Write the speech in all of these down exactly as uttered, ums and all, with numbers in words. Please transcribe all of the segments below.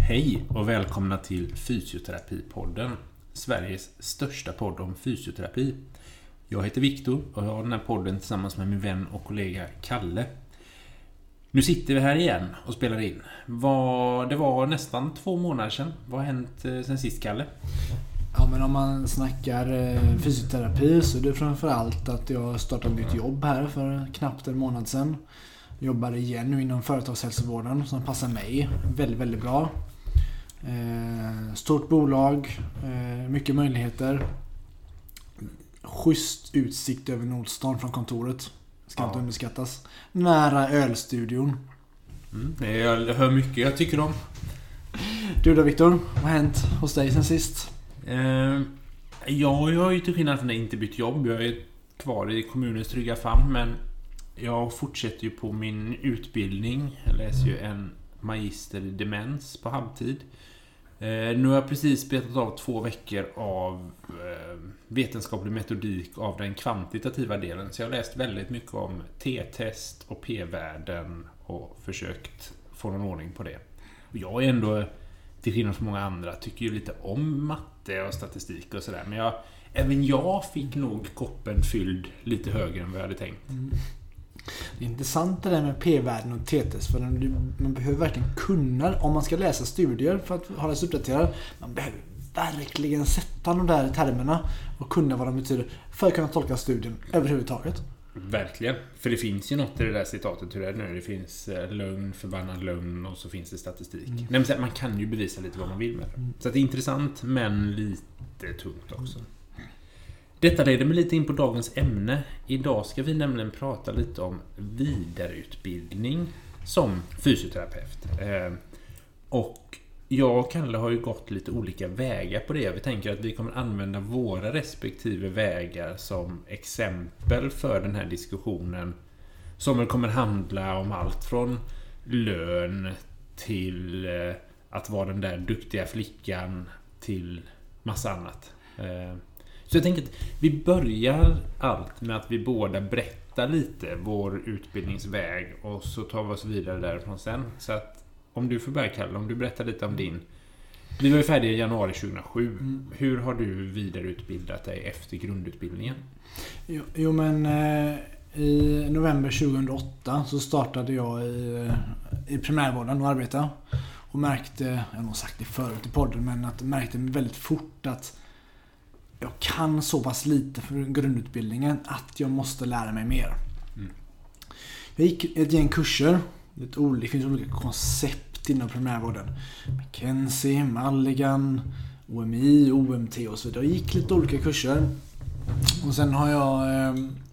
Hej och välkomna till Fysioterapipodden, Sveriges största podd om fysioterapi. Jag heter Viktor och jag har den här podden tillsammans med min vän och kollega Kalle. Nu sitter vi här igen och spelar in. Det var nästan två månader sedan. Vad har hänt sen sist, Kalle? Ja, men om man snackar fysioterapi så är det framförallt att jag startade mitt jobb här för knappt en månad sedan. Jobbar igen nu inom företagshälsovården som passar mig väldigt, väldigt bra. Eh, stort bolag, eh, mycket möjligheter. Schysst utsikt över Nordstan från kontoret. Ska ja. inte underskattas. Nära ölstudion. Mm, jag hör mycket jag tycker om. Du då, Viktor? Vad har hänt hos dig sen sist? Eh, ja, jag har ju till skillnad från det inte bytt jobb. Jag är kvar i kommunens trygga famn, men jag fortsätter ju på min utbildning. Jag läser ju en magister i demens på halvtid. Eh, nu har jag precis betat av två veckor av eh, vetenskaplig metodik av den kvantitativa delen. Så jag har läst väldigt mycket om T-test och P-värden och försökt få någon ordning på det. Och jag är ändå, till skillnad från många andra, tycker ju lite om matte och statistik och sådär. Men jag, även jag fick nog koppen fylld lite högre än vad jag hade tänkt. Mm. Det är intressant det där med P-värden och T-test, för man behöver verkligen kunna, om man ska läsa studier för att hålla sig uppdaterad, man behöver verkligen sätta de där termerna och kunna vad de betyder för att kunna tolka studien överhuvudtaget. Verkligen, för det finns ju något i det där citatet, hur är det nu? Det finns lögn, förbannad lögn och så finns det statistik. Mm. Nej, men man kan ju bevisa lite vad man vill med det. Mm. Så det är intressant men lite tungt också. Mm. Detta leder mig lite in på dagens ämne. Idag ska vi nämligen prata lite om vidareutbildning som fysioterapeut. Eh, och jag och Kalle har ju gått lite olika vägar på det. Vi tänker att vi kommer använda våra respektive vägar som exempel för den här diskussionen. Som kommer handla om allt från lön till eh, att vara den där duktiga flickan till massa annat. Eh, Så jag tänker att vi börjar allt med att vi båda berättar lite vår utbildningsväg och så tar vi oss vidare därifrån sen. Så att om du får börja, Kalle, om du berättar lite om din. Vi var ju färdiga i januari tjugohundrasju. Mm. Hur har du vidareutbildat dig efter grundutbildningen? Jo, jo men eh, i november tjugohundraåtta så startade jag i, i primärvården och arbetade. Och märkte, jag har nog sagt det förut i podden, men att märkte väldigt fort att jag kan så pass lite för grundutbildningen att jag måste lära mig mer. Mm. Jag gick ett gäng kurser. Det finns olika koncept inom primärvården. McKenzie, Mulligan, O M I, O M T och så vidare. Jag gick lite olika kurser. Och sen har jag... Eh,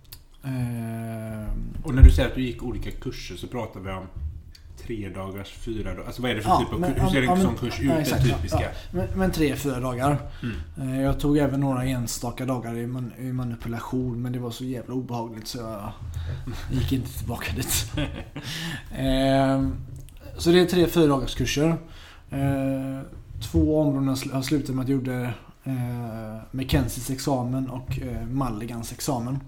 eh, och när du säger att du gick olika kurser så pratar vi om tre dagars, fyra dagar. Alltså vad är det för ja, typ av kurs? Hur ser en ja, sån kurs ut? Ja, exakt, den typiska? Ja, men, men tre, fyra dagar. Mm. Jag tog även några enstaka dagar i, man, i manipulation, men det var så jävla obehagligt så jag gick inte tillbaka dit. eh, så det är tre, fyra dagars kurser. Eh, två områden har slutat med att jag gjorde eh, McKenzies examen och eh, Mulligans examen.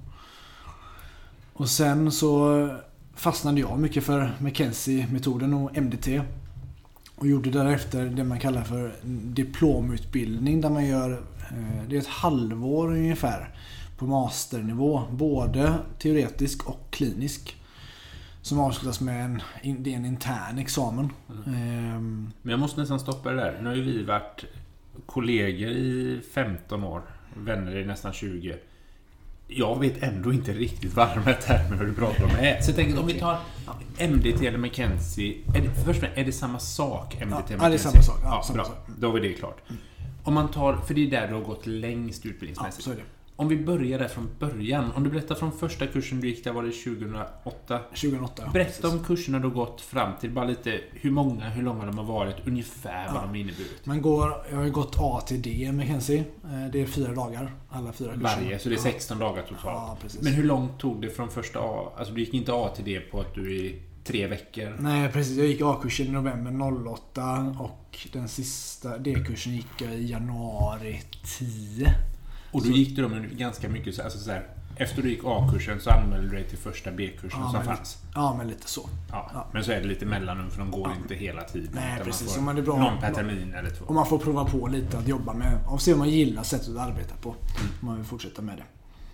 Och sen så fastnade jag mycket för McKenzie-metoden och M D T och gjorde därefter det man kallar för diplomutbildning där man gör det är ett halvår ungefär på masternivå, både teoretisk och klinisk, som avslutas med en, det är en intern examen. Mm. Men jag måste nästan stoppa det där. Nu har ju vi varit kollegor i femton år, vänner i nästan tjugo. Jag vet ändå inte riktigt vad de här termerna du pratar om är. Så jag tänker att om vi tar M D T eller McKenzie. Är det, först är det samma sak? M D T, ja, det är samma sak. Ja, ja, samma bra. sak. Då är det klart. Mm. Om man tar, för det är där du har gått längst utbildningsmässigt. Ja, så är det. Om vi börjar där från början. Om du berättar från första kursen du gick där, var det tjugohundraåtta? tjugohundraåtta, ja. Berätta om kurserna du har gått fram till. Bara lite hur många, hur långa de har varit. Ungefär ja. vad de inneburit. Man går, jag har gått A till D med McKenzie. Det är fyra dagar. Alla fyra kurser. Varje, så det är sexton ja. dagar totalt. Ja, precis. Men hur långt tog det från första A? Alltså du gick inte A till D på att du är tre veckor? Nej, precis. Jag gick A-kursen i november noll åtta och den sista D-kursen gick jag i januari tio. Och då gick du dem ganska mycket så, alltså så här, efter du gick A-kursen så anmälde du dig till första B-kursen ja, som fanns. Lite, ja, men lite så. Ja, ja. Men så är det lite mellanrum för de går ja. inte hela tiden. Nej, precis. Man man är bra, någon per termin eller två. Och man får prova på lite att jobba med och se om man gillar sättet att arbeta på. Mm. Om man vill fortsätta med det.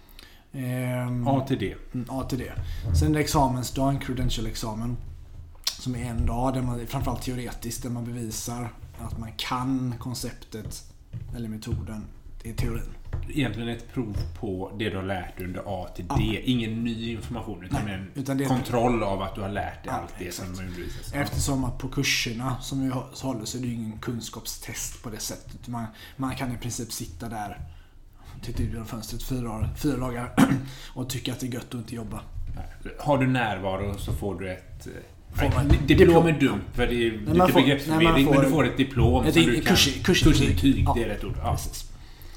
Ehm, A till D. A till D. Sen är det examensdag, credential-examen. Som är en dag där man, framförallt teoretiskt, där man bevisar att man kan konceptet eller metoden. Det är teorin. Egentligen ett prov på det du har lärt under A till D. Ja. Ingen ny information utan Nej, en utan det är kontroll av att du har lärt dig ja, allt det exakt. Som undervisas. Eftersom att på kurserna som vi håller så är det ju ingen kunskapstest på det sättet. Man, man kan i princip sitta där titta ut genom fönstret fyra, fyra dagar och tycka att det är gött att inte jobba. Har du närvaro så får du ett... Nej, diplom, diplom är dumt för det är nej, lite får, begreppsförvirring nej, men du får ett diplom ett, som du kan... Kursintyg, kursintyg ja, det är rätt ord. Ja. Precis.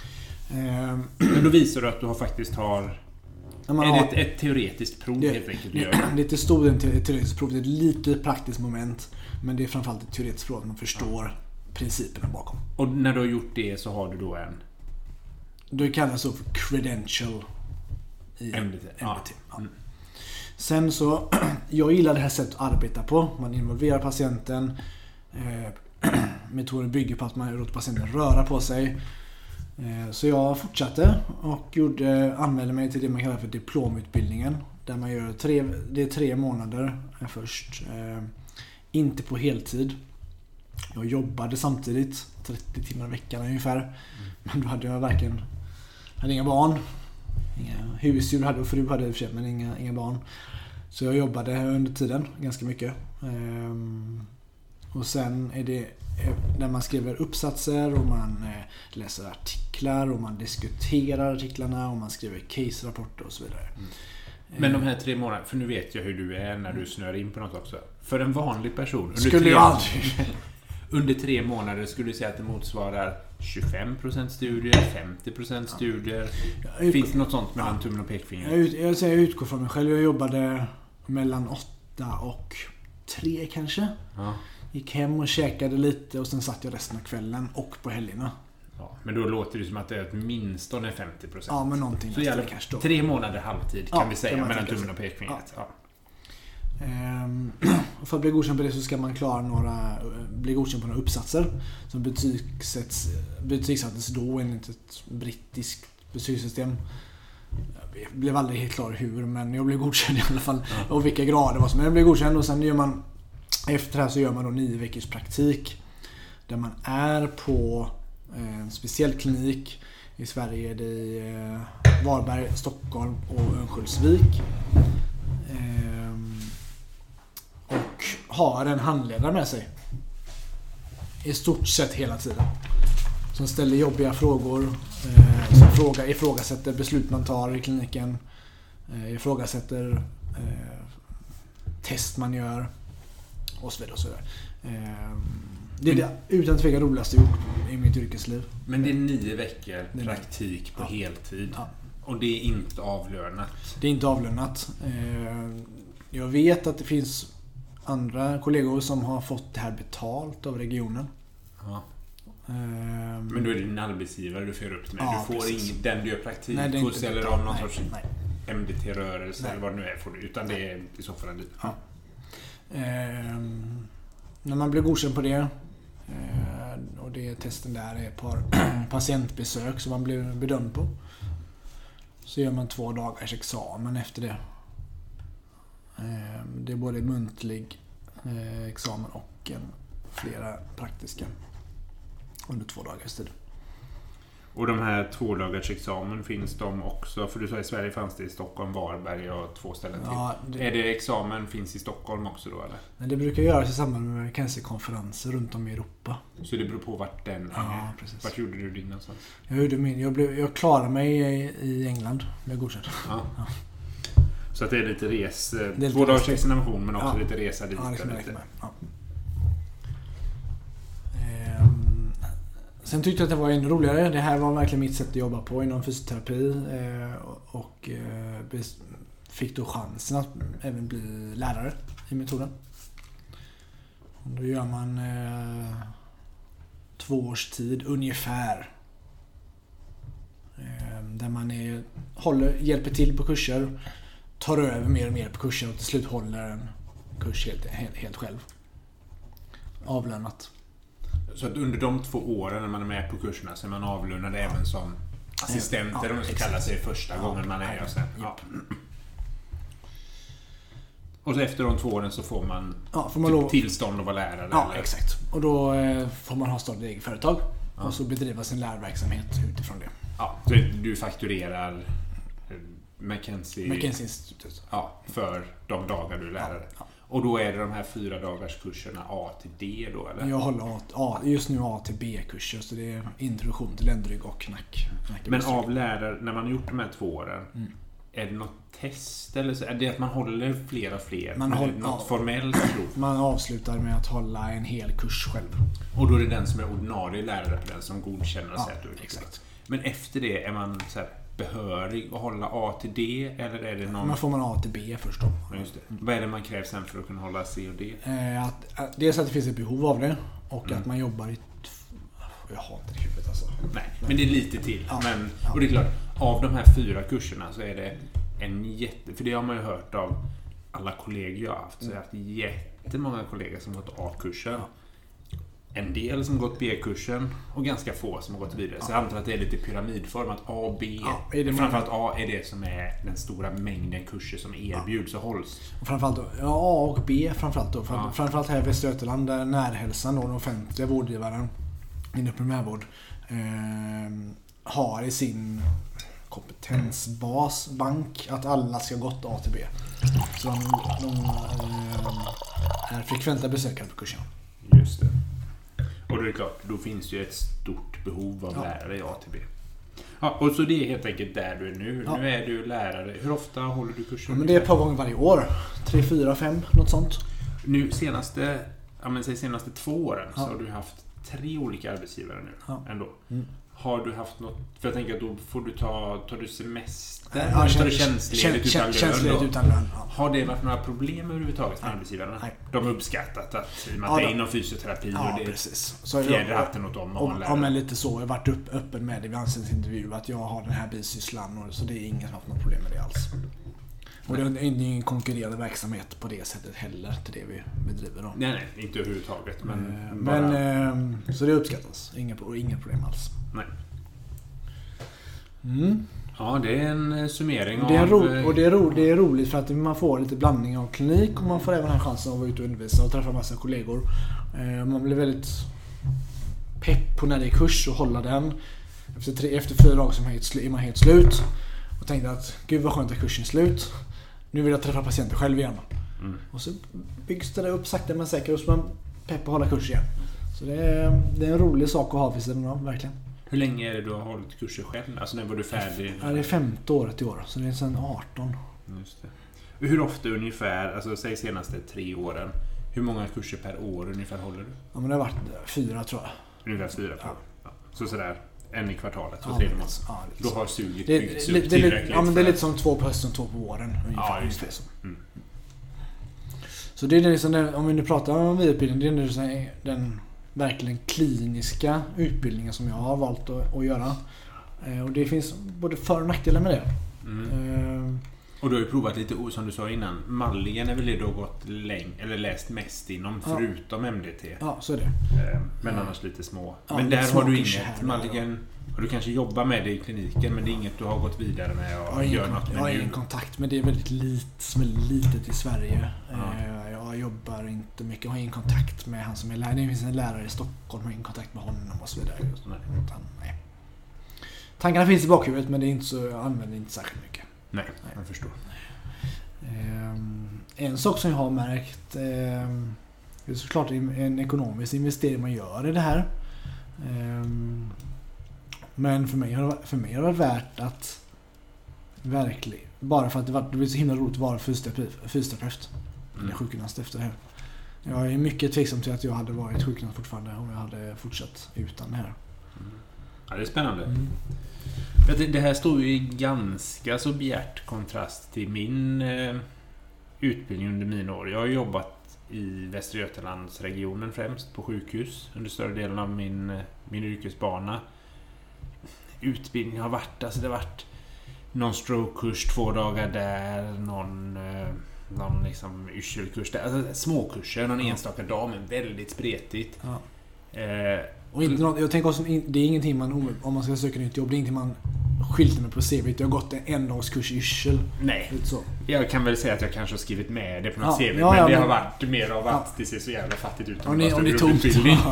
Um, men då visar du att du har faktiskt har... Man är har det ett, ett teoretiskt prov det, helt enkelt? Det, det är till stor del ett teoretiskt prov. Det är ett lite praktiskt moment. Men det är framförallt ett teoretiskt prov. Man förstår ja. principerna bakom. Och när du har gjort det så har du då en... Det kallas så för credential i M D T. Ja. Ja. Mm. Sen så, jag gillar det här sättet att arbeta på. Man involverar patienten. Eh, metoden bygger på att man låter patienten röra på sig. Eh, så jag fortsatte och gjorde, anmälde mig till det man kallar för diplomutbildningen. Där man gör tre, det är tre månader först. Eh, inte på heltid. Jag jobbade samtidigt, trettio timmar i veckan ungefär. Mm. Men då hade jag verkligen hade inga barn. Inga husdjur hade och fru hade i och för sig, men inga, inga barn. Så jag jobbade under tiden ganska mycket. Ehm, och sen är det när man skriver uppsatser och man eh, läser artiklar och man diskuterar artiklarna och man skriver case-rapporter och så vidare. Mm. Men de här tre månaderna, för nu vet jag hur du är när du snör in på något också. För en vanlig person under skulle tre, jag aldrig... under tre månader skulle du säga att det motsvarar tjugofem procent studier, femtio procent studier. Ja. Finns det något sånt mellan ja. tummen och pekfingret? Jag, jag, jag utgår från mig själv. Jag jobbade mellan åtta och tre kanske. Ja. Gick hem och käkade lite och sen satt jag resten av kvällen och på helgerna. Ja, men då låter det som att det är åtminstone femtio procent. Ja, men någonting. Så gäller kanske då. Tre månader halvtid kan ja, vi säga mellan tummen och pekfingret. Ja. Ja. Ehm, för att bli godkänd på det så ska man klara några, bli godkänd på några uppsatser som betygsätts, betygsattes då enligt ett brittiskt betygssystem. Jag blev aldrig helt klar hur, men jag blev godkänd i alla fall. Ja. Och vilka grader var som. Men jag blev godkänd och sen gör man, efter det här så gör man då nio veckors praktik där man är på en speciell klinik. I Sverige är det i Varberg, Stockholm och Örnsköldsvik. Och har en handledare med sig i stort sett hela tiden. Som ställer jobbiga frågor, som frågar, ifrågasätter beslut man tar i kliniken, ifrågasätter test man gör och så vidare. Och så vidare. Det är det utan tvekan roligaste jag gjort i mitt yrkesliv. Men det är nio veckor praktik på ja. heltid. Ja. Och det är inte avlönat. Det är inte avlönat. Jag vet att det finns andra kollegor som har fått det här betalt av regionen. Ja. Men då är det din arbetsgivare du för upp det med. Ja, du får ingen, den du gör praktik nej, hos eller av någon nej, sorts nej. M D T-rörelse eller vad det nu är får du. Utan nej. Det är i så fall en liten. Ja. Ehm, när man blir godkänd på det eh, och det testen där är ett par patientbesök som man blir bedömd på. Så gör man två dagars examen efter det. Ehm, det är både muntlig eh, examen och en, flera praktiska under två dagars tid. Och de här två dagars examen finns de också? För du sa i Sverige fanns det i Stockholm, Varberg och två ställen till. Ja, det... Är det examen finns i Stockholm också då eller? Men det brukar göras i samband med cancerkonferenser runt om i Europa. Så det beror på vart den ja, är? Precis. Vart gjorde du din någonstans? Jag gjorde min. Jag, blev, jag klarade mig i, i England med godkänd. Ja. Ja. Så att det är lite res... Det är lite två dagars examination men också ja. lite resa dit. Ja, det lite. Med. Ja. Ehm, sen tyckte jag att det var ännu roligare. Det här var verkligen mitt sätt att jobba på inom fysioterapi eh, och eh, fick då chansen att även bli lärare i metoden. Och då gör man eh, två års tid ungefär. Eh, där man man är, håller, hjälper till på kurser, tar över mer och mer på kurser och till slut håller en kurs helt, helt, helt själv. Avlönat. Så att under de två åren när man är med på kurserna så är man avlönad även som assistent, eller vad man ska kalla sig första ja, gången man är ja, och sen, ja. Och så efter de två åren så får man, ja, får man lov... tillstånd att vara lärare. Ja, eller? Exakt. Och då eh, får man ha startat eget företag ja. och så bedriva sin lärverksamhet utifrån det. Ja, så du fakturerar McKinsey, McKinsey Institut. Ja, för de dagar du är lärare. Ja, ja. Och då är det de här fyra dagars kurserna A till D då, eller? Jag håller A, A, just nu A till B-kurser, så det är introduktion till ländrygg och knack. knack Men av lärare, när man har gjort de här två åren, mm. är det något test eller så? Är det att man håller flera fler? Man håller, något ja, formellt prov? Man avslutar med att hålla en hel kurs själv. Och då är det den som är ordinarie lärare, den som godkänner och ja, säger att du exakt. Men efter det är man så här behörig att hålla A till D, eller är det någon... Man får man A till B först då. Ja, just det. Mm. Vad är det man kräver sen för att kunna hålla C och D? Eh, att, att, dels att det finns ett behov av det och mm. att man jobbar i... Jag hatar det huvudet alltså. Nej, men det är lite till. Ja, men, ja. Och det är klart, av de här fyra kurserna så är det en jätte... För det har man ju hört av alla kollegor jag har haft. Så jag har haft jättemånga kollegor som har gått A-kursen. Ja. En del som gått B-kursen och ganska få som har gått vidare. Så jag antar att det är lite pyramidform, att A och B, ja, är det framförallt A är det som är den stora mängden kurser som erbjuds och hålls. Och framförallt då, ja, A och B framförallt då. Ja. Framförallt här i Västra Götaland där närhälsan och den offentliga vårdgivaren inom primärvård eh, har i sin kompetensbasbank att alla ska gått A till B. Så de, de eh, är frekventa besökare på kursen. Just det. Och då är det klart, då finns ju ett stort behov av ja. lärare i A till B. Ja, och så det är helt enkelt där du är nu. Ja. Nu är du lärare. Hur ofta håller du kurser? Ja, men det är ett par gånger varje år. Tre, fyra, fem, något sånt. Nu senaste, ja, men säg senaste två åren ja. så har du haft tre olika arbetsgivare nu ja. ändå. Mm. Har du haft något, för jag tänker att då får du ta, tar du semester, ja, tar du tjänstledigt utan tjänstledigt utan lön. Ja. Har det varit några problem överhuvudtaget med arbetsgivarna? Nej. De har uppskattat att man ja, är inom fysioterapi ja, och det precis. Så fjäder hatten åt dem. Och, och men lite så, jag har varit upp, öppen med det vid anställningsintervju att jag har den här bisysslan och så det är ingen som har haft något problem med det alls. Och det är ingen konkurrerande verksamhet på det sättet heller till det vi bedriver då. Nej, nej, inte överhuvudtaget. Men, eh, bara... men eh, så det uppskattas. Inga, inga problem alls. Nej. Mm. Ja, det är en summering det är av... Ro- och det är, ro- det är roligt för att man får lite blandning av klinik och man får även här chansen att vara ute och undervisa och träffa en massa kollegor. Eh, man blir väldigt pepp på när det är kurs och hålla den. Efter, tre, efter fyra dagar som är man helt slut och tänkte att gud vad skönt att kursen är slut. Nu vill jag träffa patienter själv igen. Mm. Och så byggs det upp sakta men säkert och så man pepp på att hålla kurs igen. Så det är, det är en rolig sak att ha för sidan av, verkligen. Hur länge är det du har hållit kurser själv? Alltså när var du färdig? Ja, det är femte året i år, så det är sedan arton. Just det. Hur ofta ungefär, alltså säg senaste tre åren, hur många kurser per år ungefär håller du? Ja, men det har varit fyra tror jag. Ungefär fyra per år. Ja. Så sådär, en i kvartalet, så ja, tre månader. Ja, då har suget det, byggts det, upp det, tillräckligt. Ja, men det är lite som två på hösten och två på våren. Ungefär, ja, just det. Så. Mm. Så det är liksom den, om vi nu pratar om vidareutbildning, det är den, den verkligen kliniska utbildningen som jag har valt att, att göra. Eh, och det finns både för- och nackdelar med det. Mm. Eh, och du har ju provat lite, som du sa innan, Mallingen är väl det du har gått läng- eller läst mest inom, ja. förutom M D T. Ja, så är det. Eh, men ja. annars lite små. Ja, men där har du inget, Mallingen, har du kanske jobbar med det i kliniken, men det är inget du har gått vidare med och gör något med. Jag har ingen kontakt, men det är väldigt lit, som är litet i Sverige. Ja. Eh, jag jobbar inte mycket, jag har ingen kontakt med han som är lärare. Det finns en lärare i Stockholm, jag har ingen kontakt med honom och så vidare. Nej. Utan, nej. Tankarna finns i bakhuvudet, men det är inte så, jag använder inte särskilt mycket. Nej, nej. Jag förstår. Um, en sak som jag har märkt um, det är såklart en ekonomisk investering man gör i det här. Um, men för mig, har, för mig har det varit värt att verkligen, bara för att det, var, det blir så himla roligt att vara fysioterapeut eller mm. sjukgymnast efter det här. Jag är mycket tveksam till att jag hade varit sjukgymnast fortfarande om jag hade fortsatt utan det här. Mm. Ja, det är spännande. Mm. Det här står ju i ganska så bjärt kontrast till min eh, utbildning under mina år. Jag har jobbat i Västra Götalandsregionen främst på sjukhus under större delen av min, min yrkesbana. Utbildningen har varit, alltså det har varit någon stroke-kurs två dagar där, någon, eh, någon liksom yrselkurs där. Alltså småkurser, någon ja. enstaka dag, men väldigt spretigt. Ja. Eh, och inte något, jag tänker också, det är ingenting man, om man ska söka nytt jobb, det är ingenting man skilter med på C V. Jag har gått en endagskurs i yrsel. Nej, så. Jag kan väl säga att jag kanske har skrivit med det på något ja, C V, ja, men ja, det men, har varit mer av att ja. det ser så jävla fattigt ut. Om ni, om ni tomt.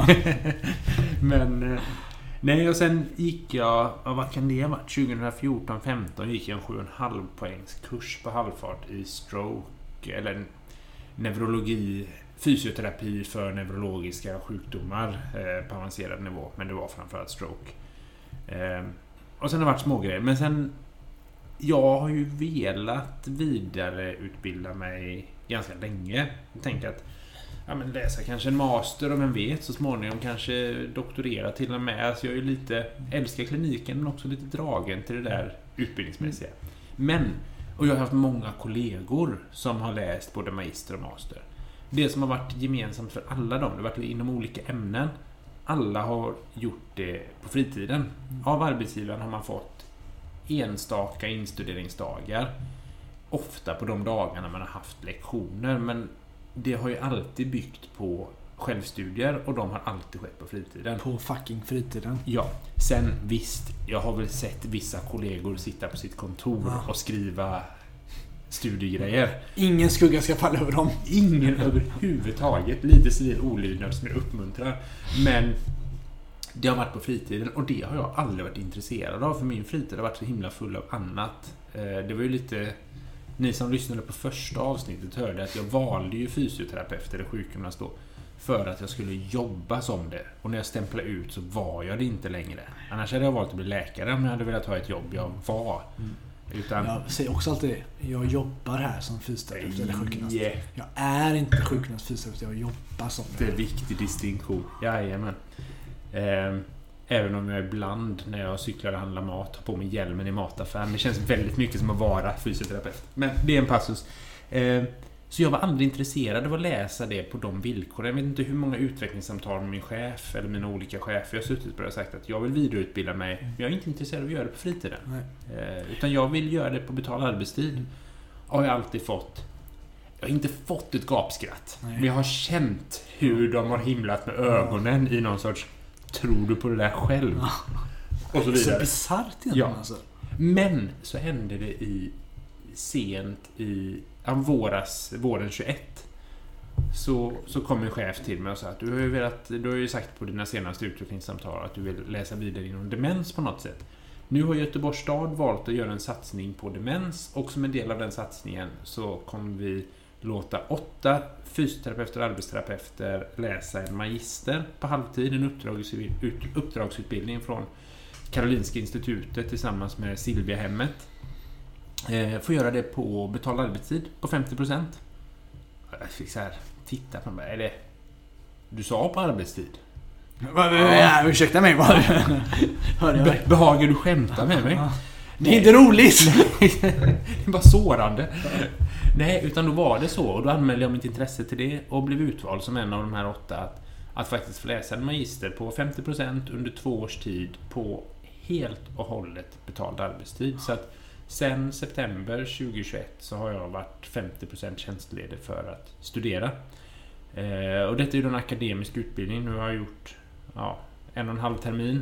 Men nej, och sen gick jag, vad kan det ha varit? tjugo fjorton femton gick jag en sju komma fem poängs kurs på halvfart i stroke eller neurologi, fysioterapi för neurologiska sjukdomar eh, på avancerad nivå, men det var framförallt stroke. Eh, och sen har det varit små grejer, men sen jag har ju velat vidareutbilda mig ganska länge. Jag tänker att ja, men läsa kanske en master, och vem vet, så småningom kanske doktorera till och med. Alltså jag är ju lite, älskar kliniken, men också lite dragen till det där utbildningsmässiga. Men, och jag har haft många kollegor som har läst både magister och master. Det som har varit gemensamt för alla dem, det har varit inom olika ämnen. Alla har gjort det på fritiden. Av arbetsgivaren har man fått enstaka instuderingsdagar. Ofta på de dagarna man har haft lektioner, men det har ju alltid byggt på självstudier, och de har alltid skett på fritiden. På fucking fritiden. Ja, sen visst, jag har väl sett vissa kollegor sitta på sitt kontor ja. och skriva studiegrejer. Ingen skugga ska falla över dem. Ingen överhuvudtaget. Lite civil olydnad som jag uppmuntrar. Men det har varit på fritiden, och det har jag aldrig varit intresserad av, för min fritid har varit så himla full av annat. Det var ju lite... Ni som lyssnade på första avsnittet hörde att jag valde ju fysioterapeut eller sjukgymnast då för att jag skulle jobba som det. Och när jag stämplade ut så var jag det inte längre. Annars hade jag valt att bli läkare om jag hade velat ha ett jobb jag var. Mm. Utan... Jag säger också alltid det. Jag jobbar här som fysioterapeut eller sjukgymnast. Yeah. Jag är inte sjukgymnast fysioterapeut, jag jobbar som det. Det är en viktig distinktion. Jajamän. Ehm. Även om jag ibland när jag cyklar och handlar mat har på mig hjälmen i mataffären. Det känns väldigt mycket som att vara fysioterapeut. Men det är en passus. Eh, så jag var aldrig intresserad av att läsa det på de villkoren. Jag vet inte hur många utvecklingssamtal med min chef eller mina olika chefer jag har suttit på och sagt att jag vill vidareutbilda mig. Men jag är inte intresserad av att göra det på fritiden. Eh, utan jag vill göra det på betald arbetstid. Och jag har alltid fått... Jag har inte fått ett gapskratt. Nej. Men jag har känt hur de har himlat med ögonen i någon sorts... Tror du på det där själv? Ja. Och så vidare. Så bisarrt egentligen, ja. Alltså. Men så hände det i sent i ja, våras, våren tjugoett. Så, så kom en chef till mig och sa att du har ju, velat, du har ju sagt på dina senaste utvecklingssamtal att du vill läsa vidare inom demens på något sätt. Nu har Göteborgs stad valt att göra en satsning på demens, och som en del av den satsningen så kommer vi låta åtta fysioterapeuter och arbetsterapeuter läsa en magister på halvtid, en uppdrags, uppdragsutbildning från Karolinska institutet tillsammans med Silvia hemmet. Eh, får göra det på betald arbetstid på femtio procent. Jag fick så här titta på mig. Är det du sa på arbetstid? Ja, ja, ursäkta mig. Var Be- behagar du skämta med mig? Ja. Det är inte roligt. Det är bara sårande. Nej, utan då var det så. Och då anmälde jag mitt intresse till det och blev utvald som en av de här åtta att, att faktiskt få läsa en magister på femtio procent under två års tid på helt och hållet betald arbetstid. Så att sen september tjugohundratjugoett så har jag varit femtio procent tjänstledig för att studera. Eh, och detta är ju en akademisk utbildning. Nu har jag gjort ja, en och en halv termin.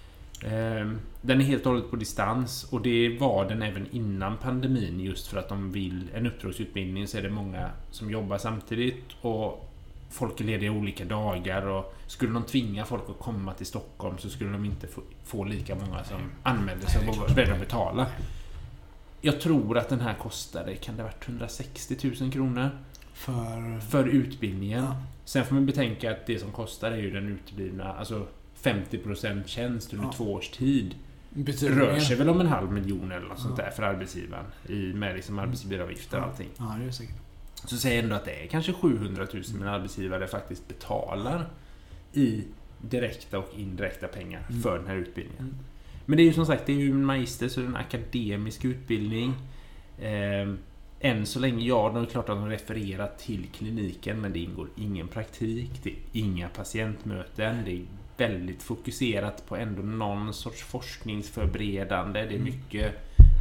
Den är helt och hållet på distans, och det var den även innan pandemin, just för att de vill en uppdragsutbildning så är det många som jobbar samtidigt och folk är lediga olika dagar, och skulle de tvinga folk att komma till Stockholm så skulle de inte få, få lika många som anmälde sig och var beredda att betala. Jag tror att den här kostade, kan det ha varit hundrasextio tusen kronor för, för utbildningen. Ja. Sen får man betänka att det som kostar är ju den utblivna, alltså femtio procent tjänst under ja. två års tid. Betyder rör det? sig väl om en halv miljon eller något ja. sånt där för arbetsgivaren i, med liksom arbetsgivaravgifter och allting. Ja, det är säkert. Så säger jag ändå att det är kanske sjuhundratusen min arbetsgivare faktiskt betalar i direkta och indirekta pengar mm. för den här utbildningen. Mm. Men det är ju som sagt, det är ju en magister, så det är en akademisk utbildning. Eh, än så länge, ja, det är klart att de refererar till kliniken, men det ingår ingen praktik, det är inga patientmöten, det är väldigt fokuserat på ändå någon sorts forskningsförberedande. Det är mycket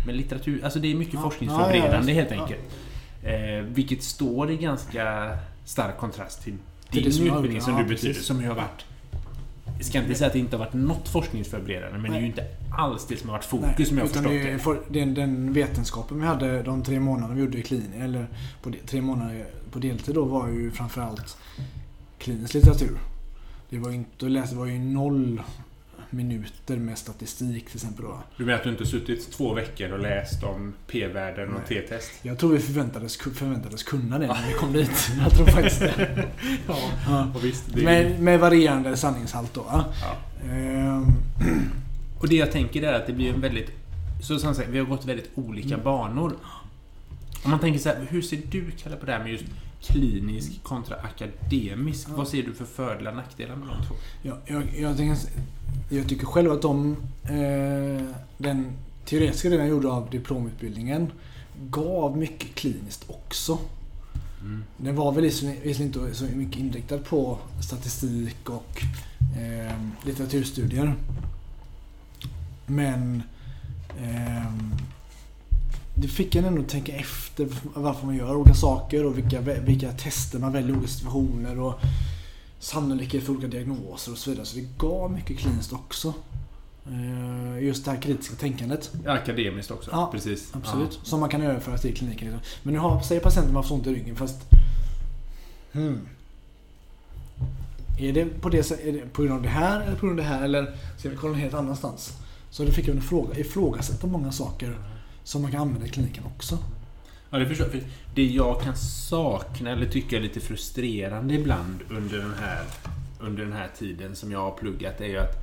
Men litteratur, alltså det är mycket ja. forskningsförberedande ja, ja, helt enkelt. Ja. Eh, vilket står i ganska stark kontrast till din utbildning som ja, du betyder, som ju har varit. Jag ska inte säga att det inte har varit något forskningsförberedande, men Nej. det är ju inte alls det som har varit fokus. Nej, som jag har förstått det. För den, den vetenskapen vi hade de tre månaderna vi gjorde i klin, eller på de, tre månader på deltid då, var ju framförallt klinisk litteratur. Det var inte, det var ju noll minuter med statistik till exempel då. Du menar att du inte suttit två veckor och läst om p-värden och Nej. t-test? Jag tror vi förväntades, förväntades kunna det när vi kom dit. Jag tror faktiskt det. ja, ja. Och visst, det är... med, med varierande sanningshalt då. Ja. Ehm. Och det jag tänker är att det blir en väldigt, så som sagt, vi har gått väldigt olika mm. banor. Om man tänker så här, hur ser du, Kalle, på det här med just klinisk kontra akademisk? Ja. Vad ser du för fördelar och nackdelar med de två? Ja, jag, jag, tänker, jag tycker själv att de, eh, den teoretiska delen jag gjorde av diplomutbildningen gav mycket kliniskt också. Mm. Den var väl visserligen inte så mycket inriktad på statistik och eh, litteraturstudier. Men eh, det fick en ändå tänka efter varför man gör olika saker och vilka, vilka tester man väljer i olika situationer och sannolikhet för olika diagnoser och så vidare. Så det gav mycket kliniskt också. Just det här kritiska tänkandet. Akademiskt också, ja, precis. Absolut, ja. Som man kan överföra till kliniken. Men nu har, säger patienten man får ont i ryggen, fast hmm. Är det på det är det på grund av det här eller på grund av det här, eller ska vi kolla helt annanstans? Så det fick jag en fråga, ifrågasätta många saker som man kan använda i kliniken också. Ja, det förstår jag. För det jag kan sakna eller tycka är lite frustrerande ibland under den här under den här tiden som jag har pluggat är ju att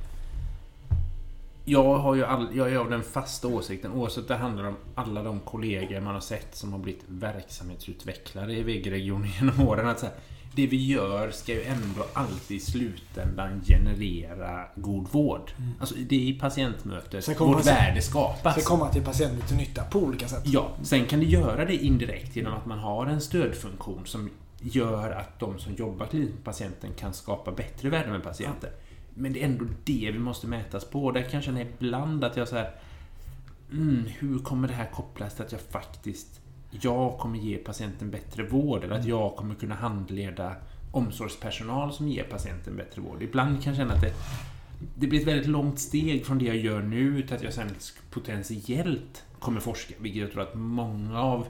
jag har ju all, jag är av den fasta åsikten, oavsett det handlar om alla de kollegor man har sett som har blivit verksamhetsutvecklare i V G-regionen genom åren, att så här, det vi gör ska ju ändå alltid i slutändan generera god vård. Mm. Alltså det är i patientmötet vårt värde skapas. Ska komma till patienten till nytta på olika sätt. Ja, sen kan det göra det indirekt genom att man har en stödfunktion som gör att de som jobbar till patienten kan skapa bättre värde med patienten. Ja. Men det är ändå det vi måste mätas på. Där kanske det är ibland att jag så här, mm, hur kommer det här kopplas till att jag faktiskt jag kommer ge patienten bättre vård, eller att jag kommer kunna handleda omsorgspersonal som ger patienten bättre vård. Ibland kan jag känna att det, det blir ett väldigt långt steg från det jag gör nu till att jag sen potentiellt kommer forska, vilket jag tror att många av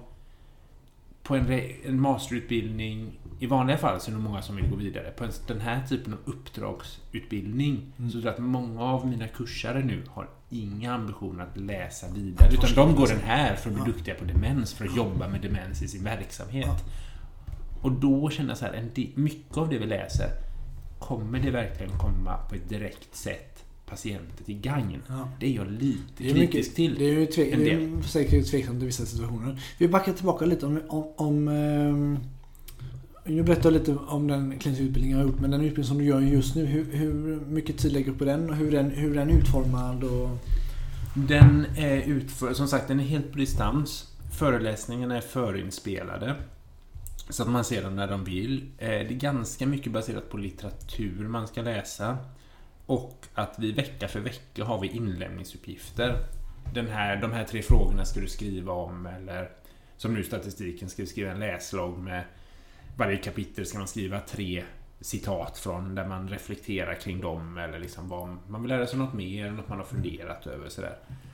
på en, en masterutbildning i vanliga fall så är det många som vill gå vidare. På en, den här typen av uppdragsutbildning mm. så tror jag att många av mina kursare nu har inga ambitioner att läsa vidare, utan de går den här för att bli ja. duktiga på demens, för att jobba med demens i sin verksamhet. Ja. Och då känner jag så här, en del, mycket av det vi läser, kommer det verkligen komma på ett direkt sätt patienter till gagn? Ja. Det är jag lite det är kritisk mycket, till. Det är ju tvek, det är säkert tveksamt i vissa situationer. Vi backar tillbaka lite om, om, om um, jag berättar lite om den kliniska utbildningen jag har gjort, men den utbildning som du gör just nu, hur, hur mycket tid lägger du på den och hur den, hur den är utformad? Och... Den är utförd, som sagt, den är helt på distans. Föreläsningarna är förinspelade så att man ser dem när de vill. Det är ganska mycket baserat på litteratur man ska läsa, och att vi vecka för vecka har vi inlämningsuppgifter. Den här, de här tre frågorna ska du skriva om, eller som nu statistiken ska du skriva en läslogg med varje kapitel ska man skriva tre citat från där man reflekterar kring dem, eller liksom vad man vill lära sig något mer, något man har funderat över sådär.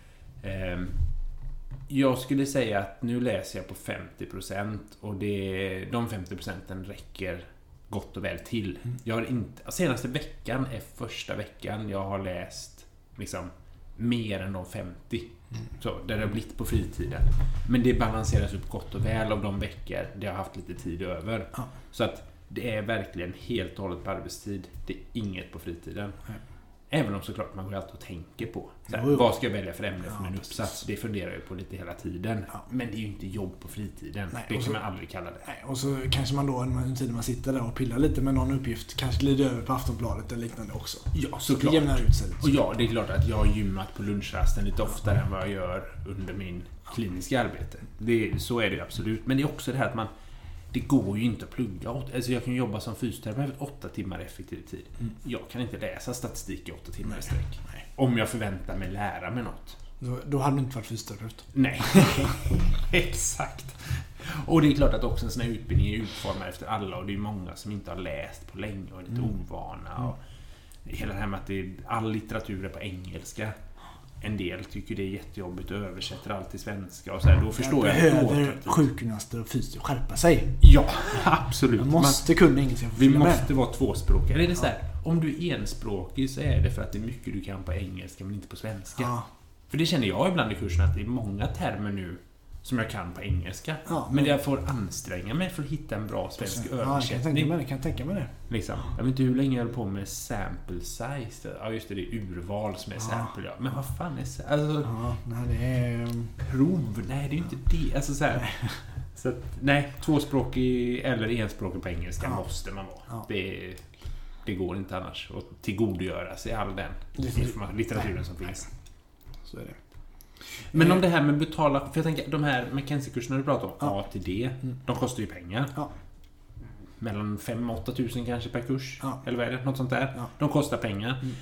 Jag skulle säga att nu läser jag på femtio procent, och det, de femtio procenten räcker gott och väl till. Jag har inte, senaste veckan är första veckan jag har läst liksom mer än de femtio. Mm. Så, där det har blivit på fritiden. Men det balanseras upp gott och väl av de veckor där jag har haft lite tid över. Ja. Så att det är verkligen helt och hållet på arbetstid. Det är inget på fritiden. Nej. Även om såklart man går alltid och tänker på så här, vad ska jag välja för ämne för ja, min uppsats. Det funderar jag på lite hela tiden. Ja. Men det är ju inte jobb på fritiden. Nej, det kan så, man aldrig kalla det. Nej, och så kanske man då en tid man sitter där och pillar lite med någon uppgift kanske glider över på Aftonbladet eller liknande också. Ja, såklart. Det jämnar ut sig lite. Och ja, det är klart att jag har gymmat på lunchrasten lite oftare än vad jag gör under min kliniska arbete. Det, så är det ju absolut. Men det är också det här att man det går ju inte att plugga. Alltså jag kan jobba som fysioterapeut åtta timmar effektiv tid. Mm. Jag kan inte läsa statistik i åtta timmar i sträck. Nej. Om jag förväntar mig lära mig något. Då, då hade du inte varit fysioterapeut. Nej, exakt. Och det är klart att också en sån här utbildning är utformad efter alla och det är många som inte har läst på länge och är lite mm. ovana. Och hela det här med att det är, all litteratur är på engelska. En del tycker det är jättejobbigt och översätter allt till svenska och så här, då förstår jag. Behöver sjukgymnaster och fysio skärpa sig? Ja, absolut. Man måste Man, kunna engelska. Vi måste med. vara tvåspråkiga. Eller är det så här, om du är enspråkig så är det för att det är mycket du kan på engelska men inte på svenska. Ja. För det känner jag ibland i kursen att det är många termer nu som jag kan på engelska. Ja, men, men jag får anstränga mig för att hitta en bra svensk ja, översättning. Ja, jag kan tänka mig det. Liksom. Jag vet inte hur länge jag höll på med sample size. Ja, just det, det är urval som är ja. sample. Ja. Men vad fan är det? Alltså, ja, nej, det är... Prov? Nej, det är ju inte det. Alltså så här. Så att, nej, tvåspråkig eller enspråkig på engelska ja. måste man vara. Ja. Det, det går inte annars att tillgodogöra sig all den litteraturen som finns. Så är det. Men om det här med betala, för jag tänker de här McKinsey-kurserna du pratar om, ja. A till D, mm. de kostar ju pengar. Ja. Mellan fem och åtta tusen kanske per kurs. Ja. Eller vad är det? Något sånt där. Ja. De kostar pengar. Mm.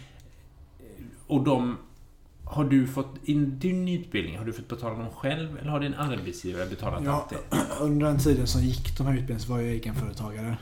Och de, har du fått, i din utbildning, har du fått betala dem själv eller har din arbetsgivare betalat ja, allt det? Under den tiden som gick de här utbildningarna så var jag egenföretagare.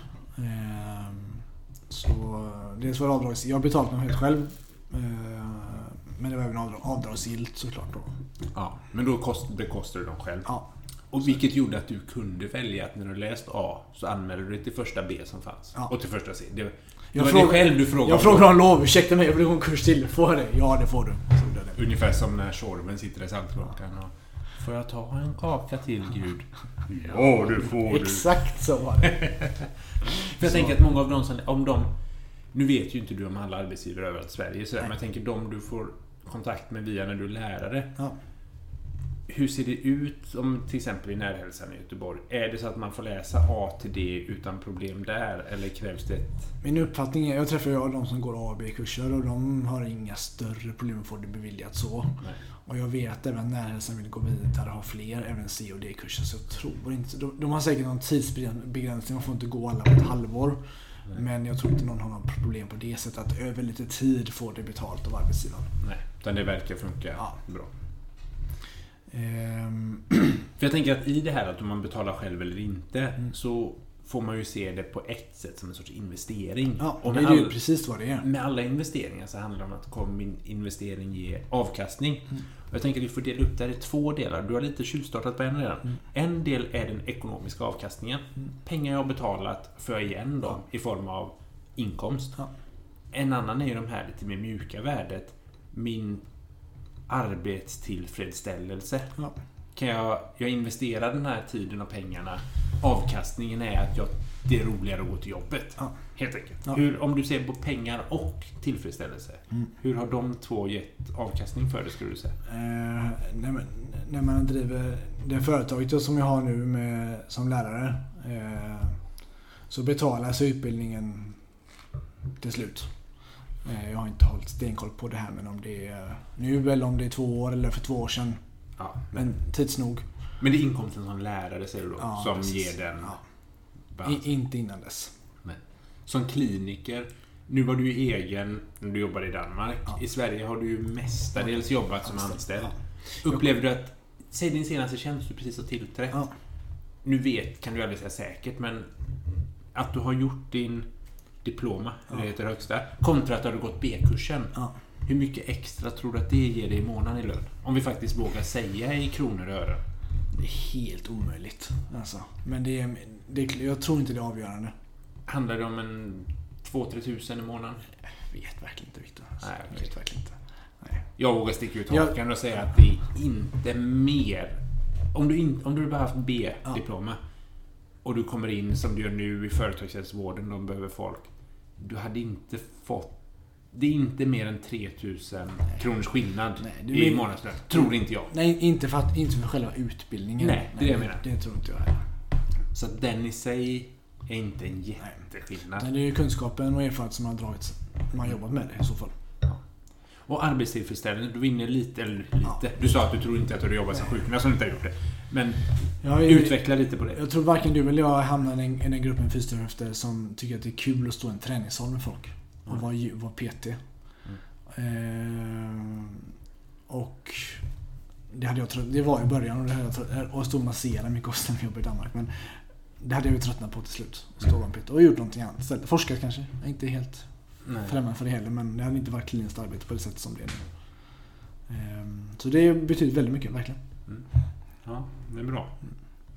Ehm, så dels var det avdrags, jag betalade dem helt själv. Ehm, Men det var även avdrag, avdragsgillt såklart då. Ja, men då kost, bekostade du dem själv. Ja. Och vilket gjorde att du kunde välja att när du läst A så anmälde du dig till första B som fanns. Ja. Och till första C. Det, det jag var frågade, det själv du frågade. Jag frågade om lov, ursäkta mig, jag vill gå en kurs till. Får jag det? Ja, det får du. Så det. Ungefär som när Tjorven sitter i Saltkråkan och får jag ta en kaka till, Gud? Ja, det får du. Exakt så var det. För jag så. tänker att många av dem som, om de, nu vet ju inte du om alla arbetsgivare överallt i Sverige, så där, men jag tänker de du får kontakt med via när du är lärare. Ja. Hur ser det ut om till exempel i närhälsan i Göteborg? Är det så att man får läsa A till D utan problem där eller krävs det ett... Min uppfattning är, jag träffar ju de som går A och B-kurser och de har inga större problem att få det beviljat så. Nej. Och jag vet även när närhälsan vill gå vidare och ha fler även C och D-kurser så jag tror inte... De, de har säkert någon tidsbegränsning, man får inte gå alla på ett halvår. Nej. Men jag tror inte någon har någon problem på det sättet att över lite tid får det betalt av arbetsgivaren. Nej, utan det verkar funka ja. bra. Um. För jag tänker att i det här att om man betalar själv eller inte mm. så får man ju se det på ett sätt som en sorts investering. Ja, och det är all, ju precis vad det är. Med alla investeringar så handlar det om att kommer min investering ge avkastning. Mm. Och jag tänker att vi får dela upp det här i två delar. Du har lite tjuvstartat på en redan. Mm. En del är den ekonomiska avkastningen. Mm. Pengar jag har betalat för igen då ja. i form av inkomst. Ja. En annan är ju de här lite mer mjuka värdet. Min arbetstillfredsställelse. Ja. Kan jag, jag investerar den här tiden och pengarna. Avkastningen är att jag, det är roligare att gå till jobbet. Ja. Helt enkelt. Ja. Hur, om du ser på pengar och tillfredsställelse. Mm. Hur har de två gett avkastning för det skulle du säga? Eh, när, man, när man driver det företaget som jag har nu med, som lärare eh, så betalar sig utbildningen till slut. Jag har inte hållit stenkoll på det här men om det är nu eller om det är två år eller för två år sedan. Ja, men, men tids nog. Men det är inkomsten som lärare säger du då ja, som precis. ger den ja. I, inte innan dess. Men, som kliniker, nu var du ju egen när du jobbade i Danmark. Ja. I Sverige har du ju mestadels ja. jobbat som anställd. Ja. Upplever du att, säg din senaste tjänst du precis har tillträtt. Ja. Nu vet, kan du aldrig säga säkert, men att du har gjort din diploma, ja. det heter högsta, kontra att du har gått B-kursen. Ja. Hur mycket extra tror du att det ger dig i månaden i lön? Om vi faktiskt vågar säga i kronor och ören. Det är helt omöjligt. Alltså. Men det är, det är, jag tror inte det är avgörande. Handlar det om en två till tre tusen i månaden? Jag vet verkligen inte, Victor. Alltså. Nej, jag vet verkligen inte. Nej. Jag vågar sticka ut hakan jag... och säga att det är inte mer. Om du, in, om du bara haft B-diploma ja. och du kommer in som du gör nu i företagshälsovården, de behöver folk. Du hade inte fått, det är inte mer än tre tusen kronors skillnad nej, i månadslön. Tror inte jag. Nej, inte för, att, inte för själva utbildningen. Nej, det är det jag menar. Det tror inte jag heller. Så den i sig är inte en jätteskillnad. Nej, det är ju kunskapen och erfarenhet som man har dragit. Man har jobbat med det i så fall. Ja. Och arbetstillfredsställelse, du vinner lite eller lite. Ja. Du sa att du tror inte att du har jobbat som sjukgymnast som inte har gjort det. Men ja, jag, utveckla lite på det. Jag tror varken du eller jag hamnar i den, den gruppen fysioterapeuter som tycker att det är kul att stå i en träningssal med folk. Och mm. vara, vara P T. Mm. Eh, och det hade jag trött, det var i början och det hade jag trött, och stå och massera min kostnad med jobb i Danmark, men det hade jag ju tröttnat på till slut. Stå mm. och gjort någonting annat istället. Forskat kanske, jag är inte helt Nej. främmande för det heller, men det hade inte varit kliniskt arbete på det sättet som det är nu. Um, så det betyder väldigt mycket, verkligen. Mm. Ja, det är bra. Mm.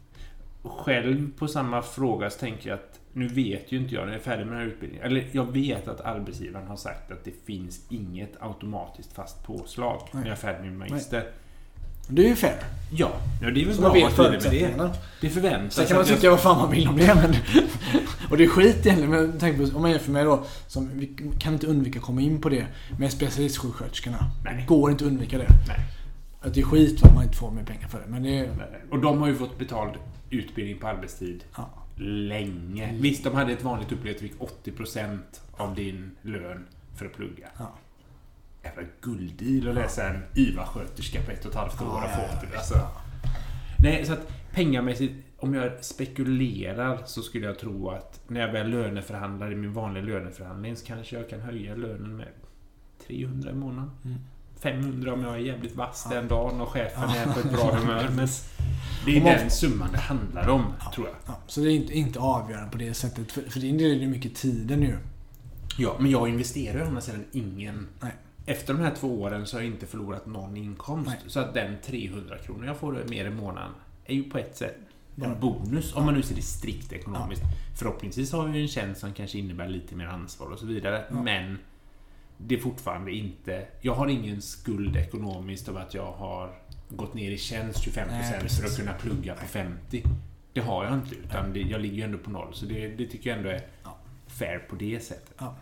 Själv på samma fråga så tänker jag att nu vet ju inte jag när jag är färdig med den här utbildningen. Eller jag vet att arbetsgivaren har sagt att det finns inget automatiskt fast påslag Nej. när jag är färdig med min magister. Nej. Det är ju fair. Ja, ja det är väl så bra att det med det. Det förväntas. Sen kan man tycka jag... vad fan man vill om det. Men och det är skit egentligen. Men tänk på, om man jämför mig då, som vi kan inte undvika att komma in på det med specialistsjuksköterskorna. Det går inte att undvika det. Nej. Att det är skit för att man inte får mer pengar för det. Men det är... Och de har ju fått betald utbildning på arbetstid ja. länge. Mm. Visst, de hade ett vanligt upplägg att du fick åttio procent av din lön för att plugga. Ja. Jävla gulddeal att läsa en I V A-sköterska på ett och ett halvt år och få det. Alltså. Nej, så att pengamässigt, om jag spekulerar så skulle jag tro att när jag väl löneförhandlar i min vanliga löneförhandling så kanske jag kan höja lönen med trehundra i månaden. Mm. femhundra om jag är jävligt vass ja. den dagen och chefen ja. är på ett bra humör. Men det är man... den summan det handlar om, ja. tror jag. Ja. Så det är inte, inte avgörande på det sättet. För, för din del är det mycket tiden nu. Ja, men jag investerar ju annars sedan ingen... Nej. Efter de här två åren så har jag inte förlorat någon inkomst. Nej. Så att den trehundra kronor jag får mer i månaden är ju på ett sätt en ja. bonus. Om man nu ser det strikt ekonomiskt. Ja. Förhoppningsvis har jag ju en tjänst som kanske innebär lite mer ansvar och så vidare. Ja. Men det är fortfarande inte... Jag har ingen skuld ekonomiskt av att jag har gått ner i tjänst tjugofem procent Nej, för att kunna plugga på femtio. Det har jag inte. Utan det, jag ligger ju ändå på noll. Så det, det tycker jag ändå är ja. fair på det sättet. Ja.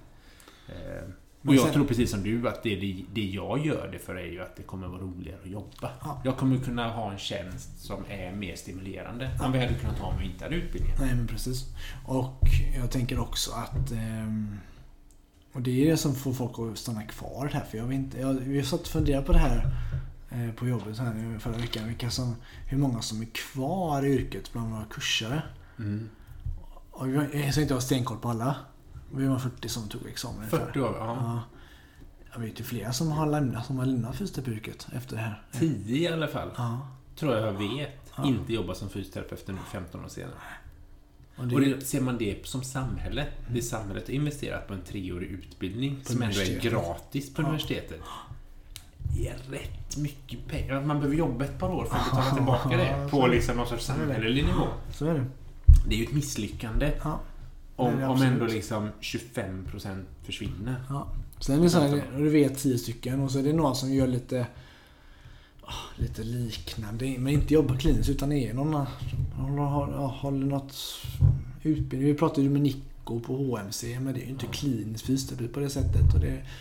Eh, Och jag sen, tror precis som du att det, det, det jag gör det för är ju att det kommer vara roligare att jobba. Ja. Jag kommer kunna ha en tjänst som är mer stimulerande ja. än vi hade kunnat ha om vi inte hade utbildningen. Nej, men precis. Och jag tänker också att ehm, och det är det som får folk att stanna kvar här. För jag vet inte, jag, vi har satt och funderat på det här eh, på jobbet här nu förra veckan. Vilka som, hur många som är kvar i yrket bland våra kursare. Mm. Och jag, jag inte har stenkoll på alla. Vi var fyrtio som tog examen. fyrtio år, ja. ja. Jag vet ju flera som har lämnat, som har lämnat fysioterapeutyrket efter det här. tio i alla fall. Ja. Tror jag jag vet. Ja. Inte jobba som fysioterapeut efter nu femton år senare. Och, det... och det, ser man det som samhälle. Mm. Det samhället har investerat på en treårig utbildning på som ändå är gratis på ja. universitetet. Det är rätt mycket pengar. Man behöver jobba ett par år för att betala tillbaka det på liksom någon sorts samhällelig nivå. Så är det. Det är ju ett misslyckande. Ja. Om, om ändå liksom tjugofem procent försvinner. Ja. Sen är det så här, du vet tio stycken och så är det någon som gör lite oh, lite liknande, men inte jobbar kliniskt utan är någon håller, håller något utbildning. Vi pratade ju med Nico på H M C, men det är ju inte ja. kliniskt fysioterapi på det sättet och det är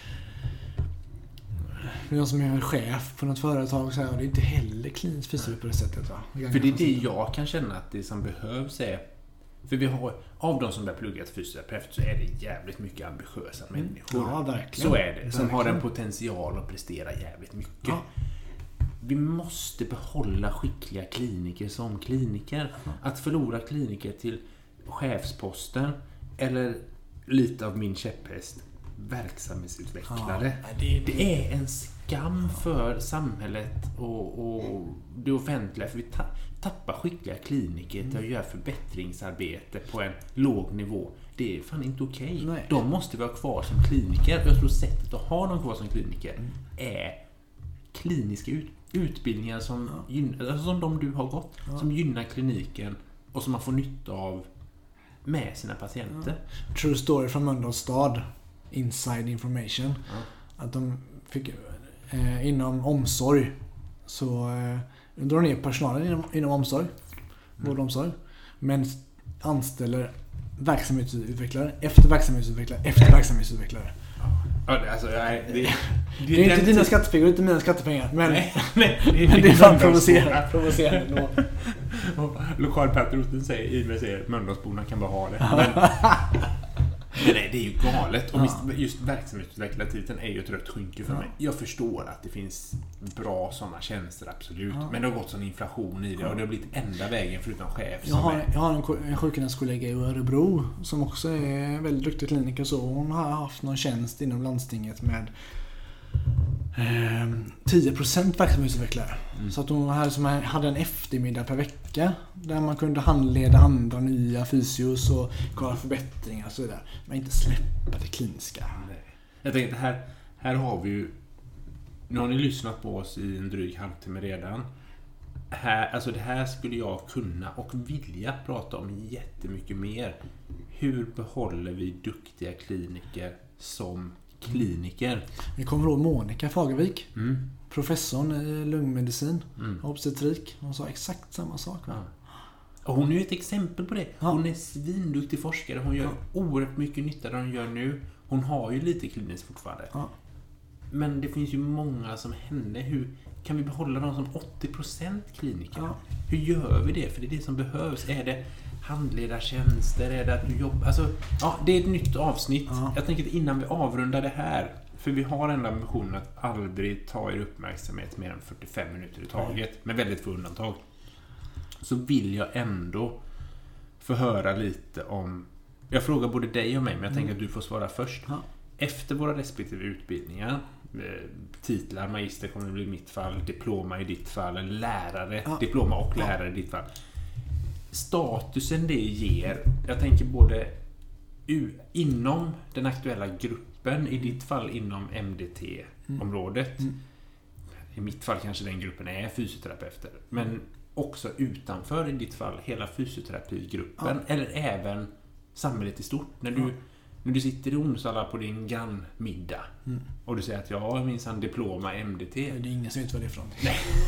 någon som är chef på något företag så här, och det är inte heller kliniskt fysioterapi på det sättet. Va? För det är det jag kan känna att det som behövs är. För vi har, av de som börjar plugga till fysioterapeut så är det jävligt mycket ambitiösa mm. människor. Ja, verkligen. Så är det. Som verkligen. har en potential att prestera jävligt mycket. Ja. Vi måste behålla skickliga kliniker som kliniker. Ja. Att förlora kliniker till chefsposten eller lite av min käpphäst, verksamhetsutvecklare. Ja, det, det... det är en skam för samhället och, och det offentliga. För vi ta, tappar skickliga kliniker till att göra förbättringsarbete på en låg nivå. Det är fan inte okej. Okay. De måste vi ha kvar som kliniker. Jag tror sättet att ha dem kvar som kliniker mm. är kliniska ut, utbildningar som, ja. gynnar, alltså som de du har gått. Ja. Som gynnar kliniken och som man får nytta av med sina patienter. Ja. True story från Mölndals stad. Inside information. Ja. Att de fick eh, inom omsorg så eh, drar ner personalen inom, inom omsorg. Mm. Vård och omsorg. Men anställer verksamhetsutvecklare efter verksamhetsutvecklare efter verksamhetsutvecklare. Ja, alltså, nej, det, det, det, det är inte dina skattepengar, det är inte mina skattepengar. Men, nej, nej, det, men det är fan provocerande. provocerande Lokalpatrioten säger, i mig säger Mölndalsborna kan bara ha det. Men, men nej, det är ju galet. Och ja. just verksamhetsutvecklaren är ju ett rött skynke för ja. mig. Jag förstår att det finns bra sådana tjänster, absolut. Ja. Men det har gått sån inflation i det och det har blivit enda vägen förutom chef. Jag har, är... jag har en, en sjukgymnastkollega i Örebro som också är väldigt duktig kliniker. Så hon har haft någon tjänst inom landstinget med eh, tio procent verksamhetsutvecklare. Mm. Så att de här som hade en eftermiddag per vecka där man kunde handleda andra nya fysios och kolla förbättringar och så vidare. Men inte släppa det kliniska. Nej. Jag tänkte här, här har vi ju, nu har ni lyssnat på oss i en dryg halvtimme redan. Här, alltså det här skulle jag kunna och vilja prata om jättemycket mer. Hur behåller vi duktiga kliniker som kliniker? Vi kommer ihåg Monica Fagervik, Mm. professorn i lungmedicin Mm. och obstetrik. Hon sa exakt samma sak. Va? Ja. Och hon är ju ett exempel på det. Ja. Hon är svinduktig forskare. Hon gör Ja. oerhört mycket nytta där hon gör nu. Hon har ju lite kliniskt fortfarande. Ja. Men det finns ju många som henne. Hur kan vi behålla dem som åttio procent kliniker? Ja. Hur gör vi det? För det är det som behövs. Är det handledartjänster? Är det att du jobbar? Alltså, ja, det är ett nytt avsnitt. Ja. Jag tänker att innan vi avrundar det här. För vi har ändå ambitionen att aldrig ta er uppmärksamhet mer än fyrtiofem minuter i taget. Med väldigt få undantag. Så vill jag ändå få höra lite om... Jag frågar både dig och mig, men jag tänker att du får svara först. Ja. Efter våra respektive utbildningar, eh, titlar, magister kommer det bli i mitt fall, diploma i ditt fall, eller lärare, Ja. diploma och lärare i ditt fall. Statusen det ger, jag tänker både u- inom den aktuella gruppen, i ditt fall inom M D T-området. Mm. I mitt fall kanske den gruppen är fysioterapeuter, men också utanför i ditt fall hela fysioterapigruppen, Ja. eller även samhället i stort. När du, Ja. när du sitter i Onsala på din grannmiddag Mm. och du säger att jag har minsann diploma M D T. Det är ingen som vet vad det är för någonting.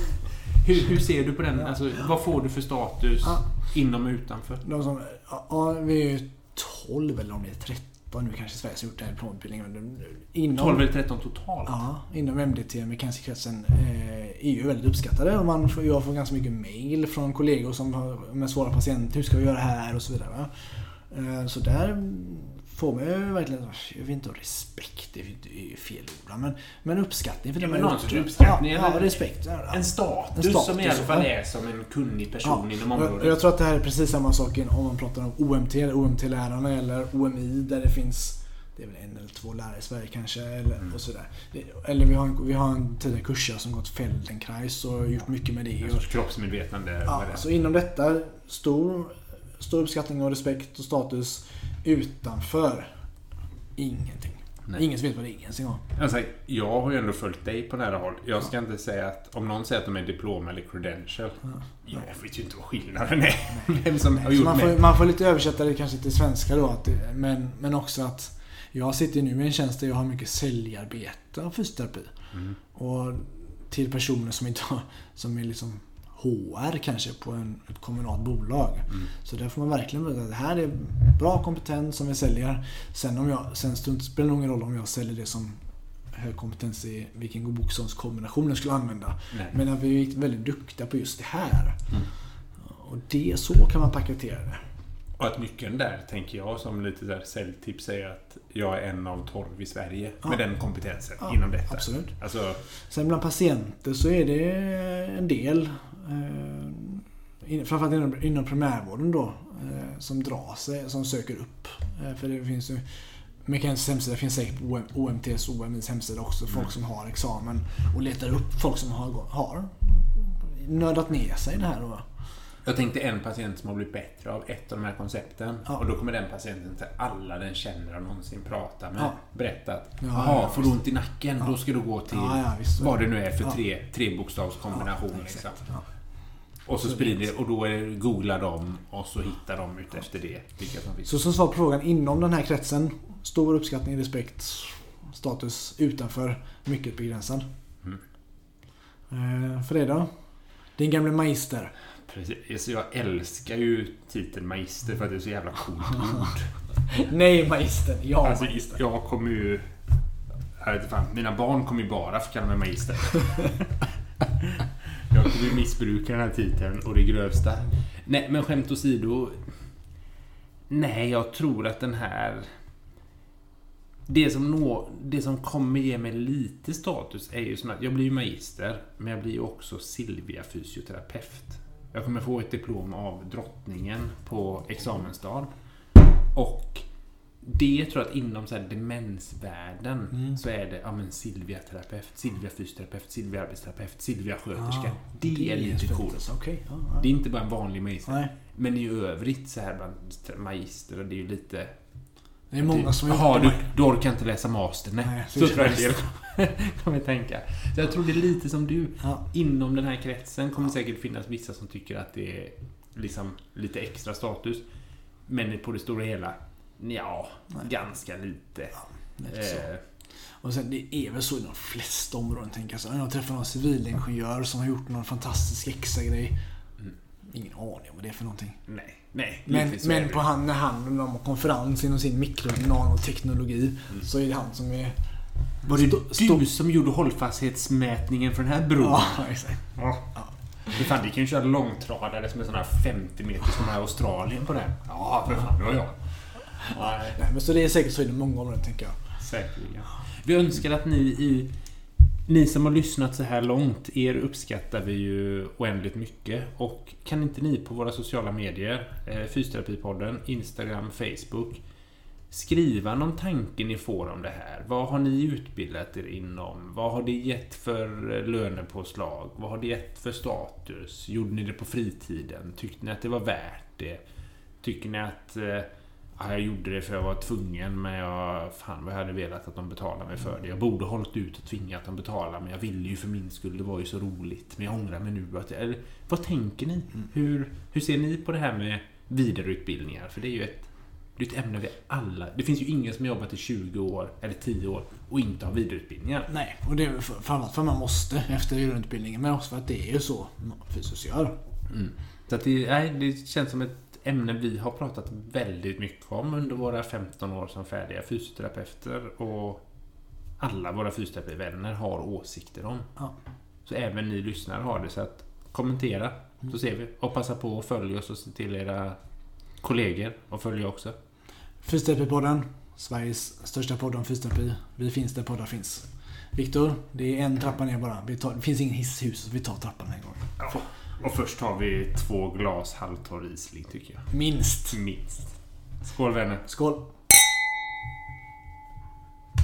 Hur, hur ser du på den? Ja. Alltså, vad får du för status Ja. inom och utanför? De som, ja, vi är ju tolv eller om det är tretton nu kanske i Sverige som gjort den här diplomutbildningen. Inom, tolv eller tretton totalt? Ja, inom M D T med cancerkretsen eh, är ju väldigt uppskattade. Och man får, jag får ganska mycket mejl från kollegor som har med svåra patienter. Hur ska vi göra här och så vidare. Va? Eh, så där får man ju verkligen, jag vet inte om respekt, det är ju fel ord, men, men uppskattning för det Ja, man men har någon gjort. sorts uppskattning, Ja, eller? ja, respekt. Ja. En status, En status, som i alla fall ja. är som en kunnig person Ja, inom och området. jag tror att det här är precis samma sak om man pratar om O M T eller O M T-lärarna eller O M I där det finns, det är väl en eller två lärare i Sverige kanske eller, Mm. och sådär. Det, eller vi har en, vi har en tidigare kursare som gått Feldenkrais och gjort mycket med det. En Och, sorts kroppsmedvetande. ja, vad det är. så inom detta stor, stor uppskattning och respekt och status. Utanför ingenting. Nej. Ingen vet vad det är ens en gång. Alltså, jag har ju ändå följt dig på nära håll. Jag ska inte säga att om någon säger att de är diploma eller credential, Ja. jag vet ju inte vad skillnaden är. Vem som har Så gjort man, får, med. man får lite översätta det kanske till svenska då. Att det, men, men också att jag sitter nu med en tjänst där jag har mycket säljarbete av fysioterapi. Mm. Och till personer som inte har, som är liksom H R kanske på en, ett kommunalt bolag. Mm. Så där får man verkligen veta att det här är bra kompetens som vi säljer. Sen, om jag, sen stund, spelar det ingen roll om jag säljer det som hög kompetens i vilken bokstavskombination jag skulle använda. Nej. Men att vi är väldigt duktiga på just det här. Mm. Och det, så kan man paketera det. Och att nyckeln där, tänker jag, som lite där säljtips är att jag är en av tolv i Sverige Ja. med den kompetensen Ja, inom detta. absolut. Alltså, Sen bland patienter så är det en del, eh, in, framförallt inom, inom primärvården då, eh, som drar sig, som söker upp. Eh, för det finns ju, Mekanisk hemsida finns säkert på O M T:s och O M I:s hemsida också, folk Mm. som har examen och letar upp folk som har, har nördat ner sig i det här då. jag tänkte en patient som har blivit bättre av ett av de här koncepten. Ja. Och då kommer den patienten till alla den känner och någonsin pratar med Ja. berätta att Ja, jaha, ja, får du ont i nacken, Ja. då ska du gå till Ja, ja, visst. vad det nu är för Ja. tre, tre bokstavskombination. Ja, liksom. exakt. Ja. Och så Så sprider det- och då är, googlar de och så hittar de ut efter det vilka som finns. Så som svar på frågan, inom den här kretsen, stor uppskattning, respekt, status, utanför, mycket begränsad. Mm. Eh, för det då? Din gamla magister. Precis, jag älskar ju titeln magister för att det är så jävla coolt ord. Nej, magister. Ja, Alltså, magister. jag kommer ju... Jag vet inte fan, mina barn kommer ju bara få kalla mig magister. Jag kommer ju missbruka den här titeln och det grövsta. Nej, men skämt åsido. Nej, jag tror att den här... Det som, nå, det som kommer ge mig lite status är ju som att jag blir ju magister, men jag blir ju också Silvia fysioterapeut. Jag kommer få ett diplom av drottningen på examensdagen. Och det tror jag att inom så här demensvärlden Mm. så är det ja, men Silvia terapeut, Silvia fysioterapeut, Silvia arbetsterapeut, Silvia sköterska. Ah, det, det är lite spännande. coolt. Okej. Ja, ja. Det är inte bara en vanlig magister. Nej. Men i övrigt så här bland magister och det är ju lite... Det är många som har Jaha, gjort du, det. du orkar inte läsa master. Nej, Nej, så så tror jag känns det kommer jag tänka. Så jag tror det är lite som du. Ja. Inom den här kretsen kommer säkert finnas vissa som tycker att det är liksom lite extra status. Men på det stora hela, ja, Nej. ganska lite. Lite så. Eh, Och sen det är väl så i de flesta områden, tänker jag. Så jag träffar någon civilingenjör som har gjort någon fantastisk extra grej. Mm. Ingen aning om vad det är för någonting. nej, nej. Men, givetvis så är men det. på han, när han har konferens inom sin mikronanoteknologi Mm. så är det han som är... Var det Stå- du som gjorde hållfasthetsmätningen för den här bron? Ja, exakt. Ja. Det fan, det kan ju köra långtradare som är sådana här femtio meter som är Australien på den. Ja, för fan, det var jag. Nej, Nej, men så det är säkert så i många områden, tänker jag. säkerligen. Vi önskar att ni i ni som har lyssnat så här långt, er uppskattar vi ju oändligt mycket. Och kan inte ni på våra sociala medier, eh, Fysioterapipodden, Instagram, Facebook, skriva någon tanke ni får om det här. Vad har ni utbildat er inom? Vad har det gett för lönepåslag? Vad har det gett för status? Gjorde ni det på fritiden? Tyckte ni att det var värt det? Tycker ni att eh, ja, jag gjorde det för jag var tvungen, men jag, fan, jag hade velat att de betalade mig för det. Jag borde hållit ut och tvingat dem betala, men jag ville ju för min skull, det var ju så roligt. Men jag ångrar mig nu. Att, eller, vad tänker ni? Mm. Hur, hur ser ni på det här med vidareutbildningar? För det är ju ett, det är ett ämne vi alla... Det finns ju ingen som jobbat i tjugo år eller tio år och inte har vidareutbildningar. Nej, och det är för, framförallt för man måste efter grundutbildningen, men också för att det är ju så fysiskt gör. Mm. Så att det, nej, det känns som ett ämne vi har pratat väldigt mycket om under våra femton år som färdiga fysioterapeuter, och alla våra fysioterapivänner har åsikter om. Ja. Så även ni lyssnare har det, så att kommentera så ser vi, och passa på att följa oss och se till era kollegor och följa också. Fysioterapipodden, Sveriges största podd om fysioterapi. Vi finns där poddar finns. Viktor, det är en trappa ner bara. Vi tar, det finns ingen hiss i huset, så vi tar trappan en gång. Ja. Och först har vi två glas halvtorr Riesling, tycker jag. Minst. Minst. Skål, vänner. Skål.